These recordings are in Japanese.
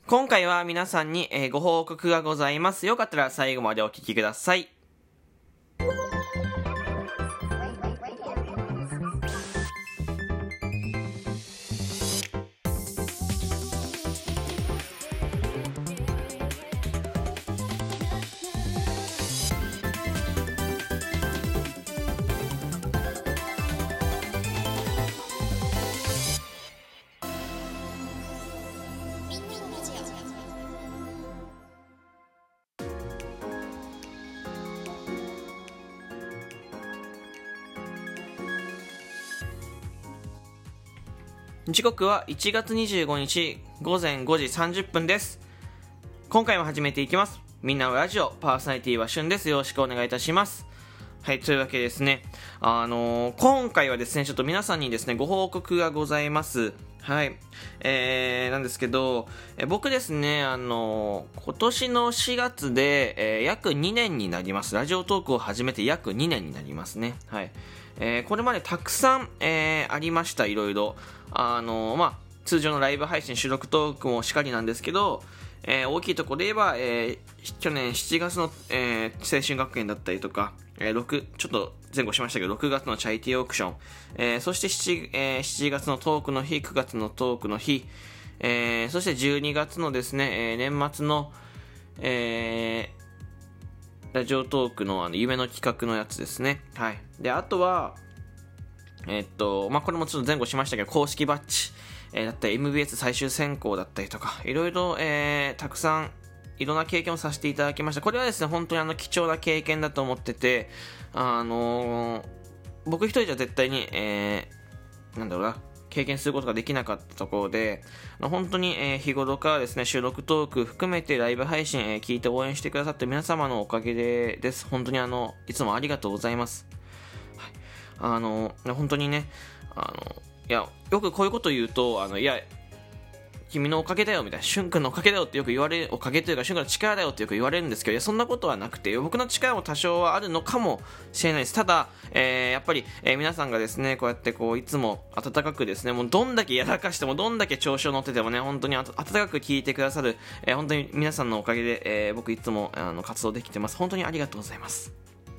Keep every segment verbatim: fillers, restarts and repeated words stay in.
今回は皆さんに、えーご報告がございます。よかったら最後までお聞きください。時刻はいちがつにじゅうごにちごぜんごじさんじゅっぷんです。今回も始めていきます。みんなのラジオパーソナリティはしゅんです。よろしくお願いいたします。はい、というわけでですね、あのー、今回はですね、ちょっと皆さんにですね、ご報告がございます。はい。えー、なんですけど、え僕ですね、あのー、今年のしがつで、えー、約にねんになります。ラジオトークを始めて約にねんになりますね。はい。えー、これまでたくさん、えー、ありました、いろいろ。あのー、まあ、通常のライブ配信、収録トークもしかりなんですけど、えー、大きいところで言えば、えー、去年しちがつの、えー、青春学園だったりとか、えー、ろくちょっと前後しましたけどろくがつのチャイティーオークション、えー、そして 7,、えー、しちがつのトークの日、くがつのトークの日、えー、そしてじゅうにがつのですね、えー、年末の、えー、ラジオトークのあの夢の企画のやつですね。はい。で、あとは、えー、っと、まあ、これもちょっと前後しましたけど、公式バッジ、えー、だったり エムビーエス 最終選考だったりとか、いろいろ、えー、たくさんいろんな経験をさせていただきました。これはですね、本当にあの貴重な経験だと思ってて、あのー、僕一人じゃ絶対に、えー、なんだろうな、経験することができなかったところで、本当に、えー、日頃からですね、収録トーク含めてライブ配信、えー、聞いて応援してくださって皆様のおかげでです。本当にあの、いつもありがとうございます。はい、あのー、本当にね、あのいや、よくこういうこと言うと、あの、いや、君のおかげだよみたいな、しゅんくんのおかげだよってよく言われる、おかげというかしゅんくんの力だよってよく言われるんですけど、いや、そんなことはなくて、僕の力も多少はあるのかもしれないです。ただ、えー、やっぱり、えー、皆さんがですね、こうやってこういつも温かくですね、もうどんだけやらかしてもどんだけ調子を乗っててもね、本当に温かく聞いてくださる、えー、本当に皆さんのおかげで、えー、僕いつもあの活動できてます。本当にありがとうございます。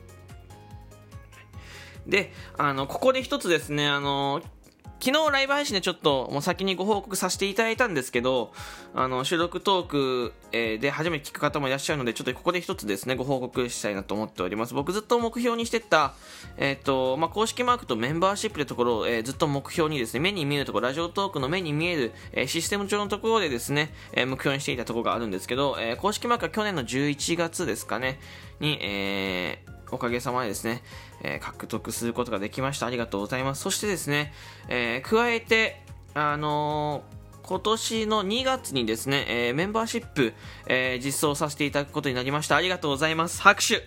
で、あのここで一つですね、あの昨日ライブ配信でちょっともう先にご報告させていただいたんですけど、あの収録トーク、えー、で初めて聞く方もいらっしゃるので、ちょっとここで一つですねご報告したいなと思っております。僕ずっと目標にしてた、えっ、ー、とまあ、公式マークとメンバーシップというところを、えー、ずっと目標にですね、目に見えるところ、ラジオトークの目に見える、えー、システム上のところでですね、えー、目標にしていたところがあるんですけど、えー、公式マークは去年のじゅういちがつですかねに、えーおかげさまでですね、えー、獲得することができました。ありがとうございます。そしてですね、えー、加えて、あのー、今年のにがつにですね、えー、メンバーシップ、えー、実装させていただくことになりました。ありがとうございます。拍手。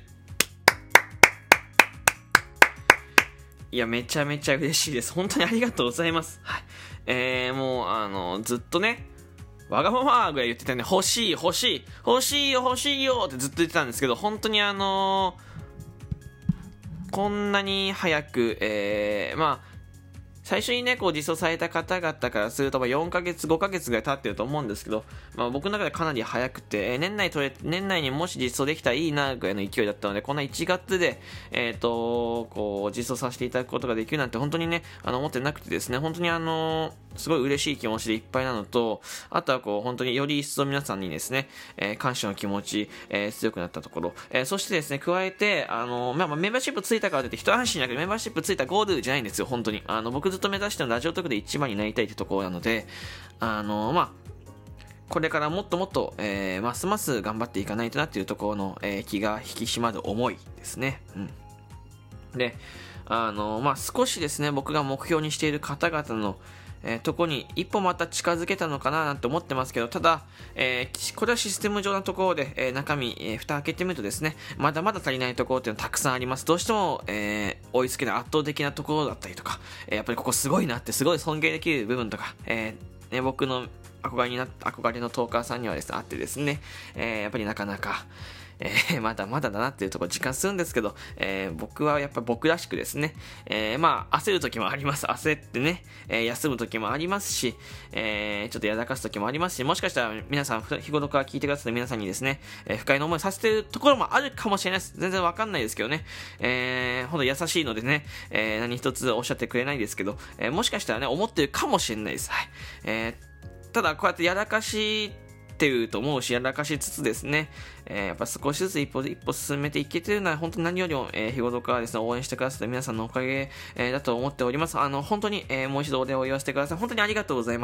いや、めちゃめちゃ嬉しいです。本当にありがとうございます。はい。えー、もう、あのー、ずっとね、わがままぐらい言ってたんで、欲しい、欲しい、欲しいよ、欲しいよってずっと言ってたんですけど、本当にあのー、こんなに早く、えー、まあ、最初にね、こう実装された方々からすると、まあ、よんかげつ、ごかげつぐらい経ってると思うんですけど、まあ、僕の中でかなり早くて、えー、年内取れ、年内にもし実装できたらいいな、ぐらいの勢いだったので、こんないちがつで、えっと、こう、実装させていただくことができるなんて、本当にね、あの、思ってなくてですね、本当にあの、すごい嬉しい気持ちでいっぱいなのと、あとはこう、本当により一層皆さんにですね、えー、感謝の気持ち、えー、強くなったところ、えー、そしてですね、加えて、あの、まあ、まあ、メンバーシップついたからといって一安心だけど、メンバーシップついたゴールじゃないんですよ、本当に。あの、僕ずっと目指してるのラジオトークで一番になりたいってところなので、あの、まあ、これからもっともっと、えー、ますます頑張っていかないとなっていうところの、えー、気が引き締まる思いですね。うん。で、あの、まあ、少しですね、僕が目標にしている方々の、えー、とこに一歩また近づけたのかななんて思ってますけど、ただ、えー、これはシステム上のところで、えー、中身、えー、蓋開けてみるとですね、まだまだ足りないところっていうのはたくさんあります。どうしても、えー、追いつけない圧倒的なところだったりとか、えー、やっぱりここすごいなってすごい尊敬できる部分とか、えーね、僕の憧れにな憧れのトーカーさんにはですね、あってですね、えー、やっぱりなかなか、 えー、まだまだだなっていうところ実感するんですけど、えー、僕はやっぱ僕らしくですね、えー、まあ焦る時もあります。焦ってね、えー、休む時もありますし、えー、ちょっとやらかす時もありますし、もしかしたら皆さん日頃から聞いてくださった皆さんにですね、えー、不快な思いさせてるところもあるかもしれないです。全然わかんないですけどね、えー、ほんと優しいのでね、えー、何一つおっしゃってくれないですけど、えー、もしかしたらね思ってるかもしれないです。はい。えー、ただこうやってやらかしっていうと思うし、やらかしつつですね、えー、やっぱ少しずつ一歩一歩進めていけてるのは本当に何よりも、えー、日頃からですね応援してくださった皆さんのおかげ、えー、だと思っております。あの本当に、えー、もう一度お礼を言わせてください。本当にありがとうございます。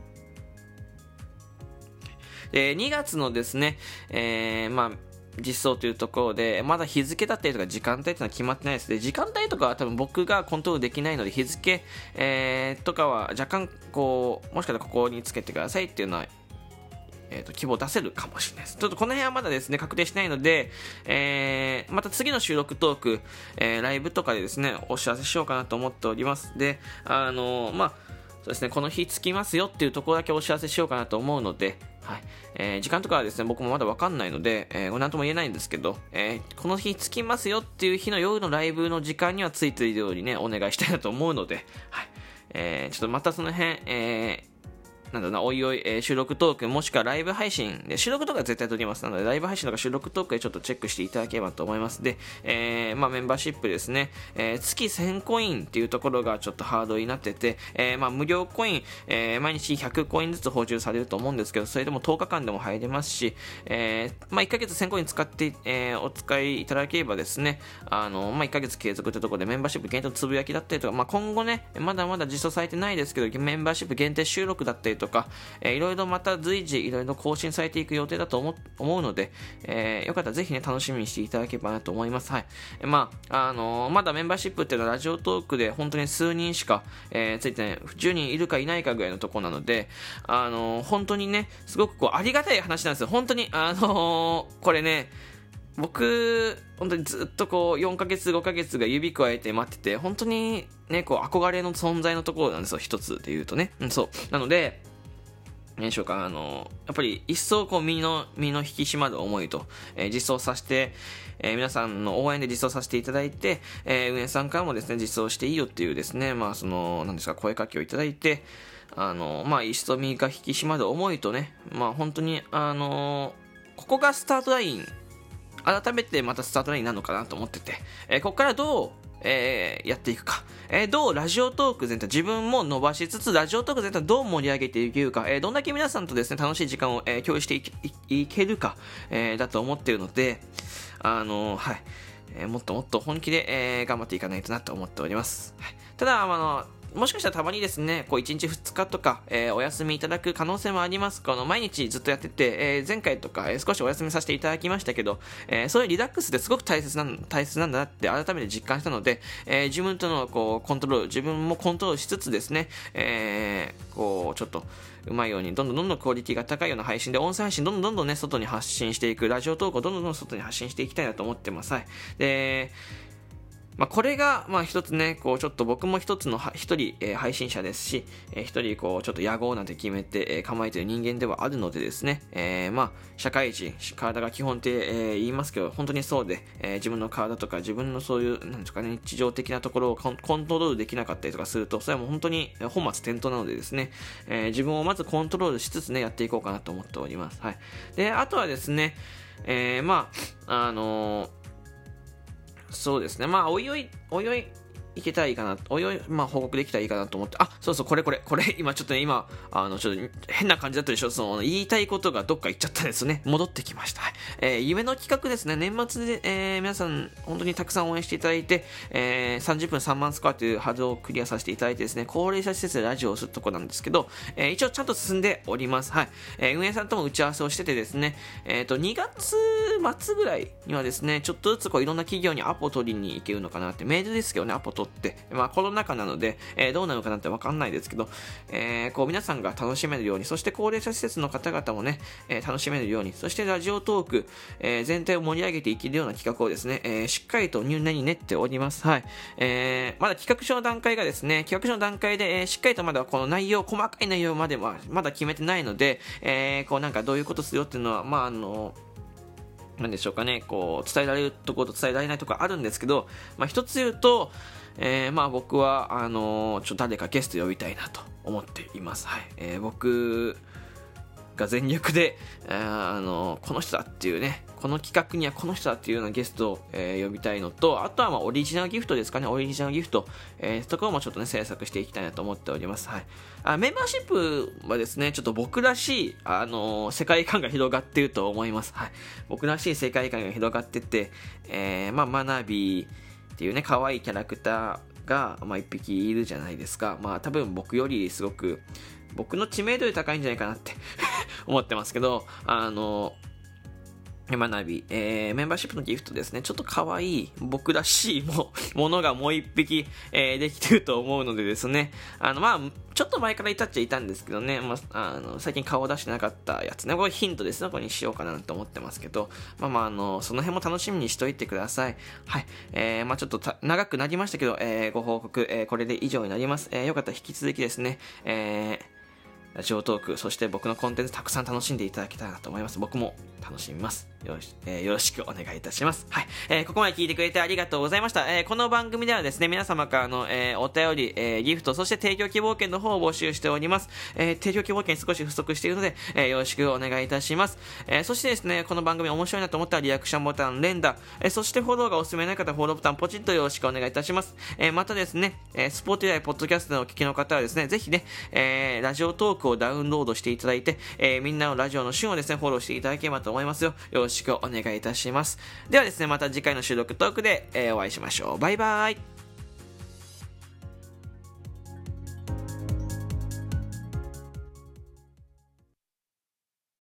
でにがつのですね、えー、まあ実装というところで、まだ日付だったりとか時間帯というのは決まってないです。で、時間帯とかは多分僕がコントロールできないので、日付、えー、とかは若干こう、もしかしたらここにつけてくださいっていうのは、えー、と希望を出せるかもしれないです。ちょっとこの辺はまだですね確定しないので、えー、また次の収録トーク、えー、ライブとかでですねお知らせしようかなと思っております。で、あのー、まあそうですね、この日つきますよっていうところだけお知らせしようかなと思うので、はい、えー、時間とかはですね僕もまだ分かんないので、えー、何とも言えないんですけど、えー、この日つきますよっていう日の夜のライブの時間にはついているようにねお願いしたいなと思うので、はい、えー、ちょっとまたその辺、えーなんだろうな、おいおい、えー、収録トークもしくはライブ配信で、収録とか絶対撮ります。なので、ライブ配信とか収録トークでちょっとチェックしていただければと思います。で、えー、まあメンバーシップですね、えー、月せんコインっていうところがちょっとハードになってて、えー、まあ無料コイン、えー、毎日ひゃくコインずつ補充されると思うんですけど、それでもとおかかんでも入れますし、えー、まあいっかげつせんコイン使って、えー、お使いいただければですね、あの、まあいっかげつ継続というところでメンバーシップ限定のつぶやきだったりとか、まあ今後ね、まだまだ実装されてないですけど、メンバーシップ限定収録だったりとか、えーいろいろまた随時いろいろ更新されていく予定だと思思うので、えー、よかったらぜひね楽しみにしていただければなと思います。はい。えー、まああのー、まだメンバーシップっていうのはラジオトークで本当に数人しか、えー、ついてないじゅうにんいるかいないかぐらいのところなので、あのー、本当にねすごくこうありがたい話なんですよ。本当にあのー、これね。僕、本当にずっとこうよんかげつごかげつが指くわえて待ってて、本当にねこう憧れの存在のところなんですよ。一つで言うとね、うん、そうなので何でしょうか、あのやっぱり一層こう身の身の引き締まる思いと、えー、実装させて、えー、皆さんの応援で実装させていただいて、えー、運営さんからもですね実装していいよっていうですね、まあその何ですか声かけをいただいて、あのまあ一層身が引き締まる思いとね、まあ本当にあのここがスタートライン、改めてまたスタートラインになるのかなと思ってて、えー、ここからどうえー、やっていくか、えー、どうラジオトーク全体自分も伸ばしつつラジオトーク全体どう盛り上げていけるか、えー、どんだけ皆さんとですね楽しい時間を、えー、共有していけ、い、いけるか、えー、だと思っているので、あのー、はい、えー、もっともっと本気で、えー、頑張っていかないとなと思っております。はい、ただあのもしかしたらたまにですね、こういちにちふつかとか、えー、お休みいただく可能性もあります。この毎日ずっとやってて、えー、前回とか、えー、少しお休みさせていただきましたけど、えー、そういうリラックスですごく大切な大切なんだなって改めて実感したので、えー、自分とのこうコントロール、自分もコントロールしつつですね、えー、こうちょっとうまいようにどんどんどんどんクオリティが高いような配信で音声配信どんどんどんどんね外に発信していく、ラジオトークをどんどんどん外に発信していきたいなと思ってます。はい。でまあ、これが、まあ一つね、こうちょっと僕も一つの一人、えー、配信者ですし、えー、一人こうちょっと野望なんて決めて、えー、構えている人間ではあるのでですね、えー、まあ社会人、体が基本って、えー、言いますけど、本当にそうで、えー、自分の体とか自分のそういう、なんですかね、日常的なところをコントロールできなかったりとかすると、それはもう本当に本末転倒なのでですね、えー、自分をまずコントロールしつつね、やっていこうかなと思っております。はい。で、あとはですね、えー、まあ、あのーそうですね。まあ、おいおい、おいおい、いけたらいいかな、おいおい、まあ、報告できたらいいかなと思って、あ、そうそう、これこれ、これ、今ちょっとね、今、あの、ちょっと変な感じだったでしょ、その、言いたいことがどっか行っちゃったんですね。戻ってきました。はい。えー、夢の企画ですね、年末で、えー、皆さん、本当にたくさん応援していただいて、えー、さんじゅっぷんさんまんスコアというハードルをクリアさせていただいてですね、高齢者施設でラジオをするところなんですけど、えー、一応ちゃんと進んでおります。はい。えー、運営さんとも打ち合わせをしててですね、えっと、にがつ末ぐらいにはですね、ちょっとずつこう、いろんな企業にアポ取りに行けるのかなって、メールですけどね、アポ取って、まあ、コロナ禍なので、えー、どうなるのかなって分かんないですけど、えー、こう皆さんが楽しめるように、そして高齢者施設の方々もね、えー、楽しめるように、そしてラジオトーク、えー、全体を盛り上げていけるような企画をですね、えー、しっかりと入念に練っております。はい。えー、まだ企画書の段階がですね、企画書の段階で、えー、しっかりとまだこの内容、細かい内容まではまだ決めてないので、えー、こうなんかどういうことするよっていうのは、まああの、 なんでしょうかね、こう伝えられるところと伝えられないところあるんですけど、まあ、一つ言うと、えー、まあ僕はあのー、ちょっと誰かゲスト呼びたいなと思っています。はい、えー、僕が全力で、えー、あのー、この人だっていうね、この企画にはこの人だっていうようなゲストを、えー、呼びたいのと、あとはまあオリジナルギフトですかね、オリジナルギフト、えー、ところもちょっとね制作していきたいなと思っております。はい、あメンバーシップはですね、ちょっと僕らしい、あのー、世界観が広がっていると思います。はい、僕らしい世界観が広がってて、えー、まあマナビーっていうね可愛いキャラクターが、まあ、一匹いるじゃないですか。まあ多分僕よりすごく僕の知名度より高いんじゃないかなって思ってますけど、あのマナビ、えー、メンバーシップのギフトですね、ちょっと可愛い僕らしいもものがもう一匹、えー、できてると思うのでですね、あのまあちょっと前からいたっちゃいたんですけどね、まあ、あの最近顔を出してなかったやつね、これヒントですね、これにしようかなと思ってますけど、まあまああのその辺も楽しみにしといてください。はい、えー、まあちょっと長くなりましたけど、えー、ご報告、えー、これで以上になります。えー、よかったら引き続きですね、えーラジオトーク、そして僕のコンテンツたくさん楽しんでいただけたらなと思います。僕も楽しみます。よろし、えー、よろしくお願いいたします。はい、えー、ここまで聞いてくれてありがとうございました。えー、この番組ではですね、皆様からの、えー、お便り、えー、ギフト、そして提供希望券の方を募集しております。えー、提供希望券少し不足しているので、えー、よろしくお願いいたします。えー、そしてですね、この番組面白いなと思ったらリアクションボタン連打、えー、そしてフォローがおすすめない方はフォローボタンポチッとよろしくお願いいたします。えー、またですね、えー、Spotify、ポッドキャストでお聞きの方はですね、ぜひね、えー、ラジオトークをダウンロードしてしていただいて、えー、みんなのラジオの旬をですねフォローしていただければと思いますよ。よろしくお願いいたします。ではですね、また次回の収録トークで、えー、お会いしましょう。バイバイ。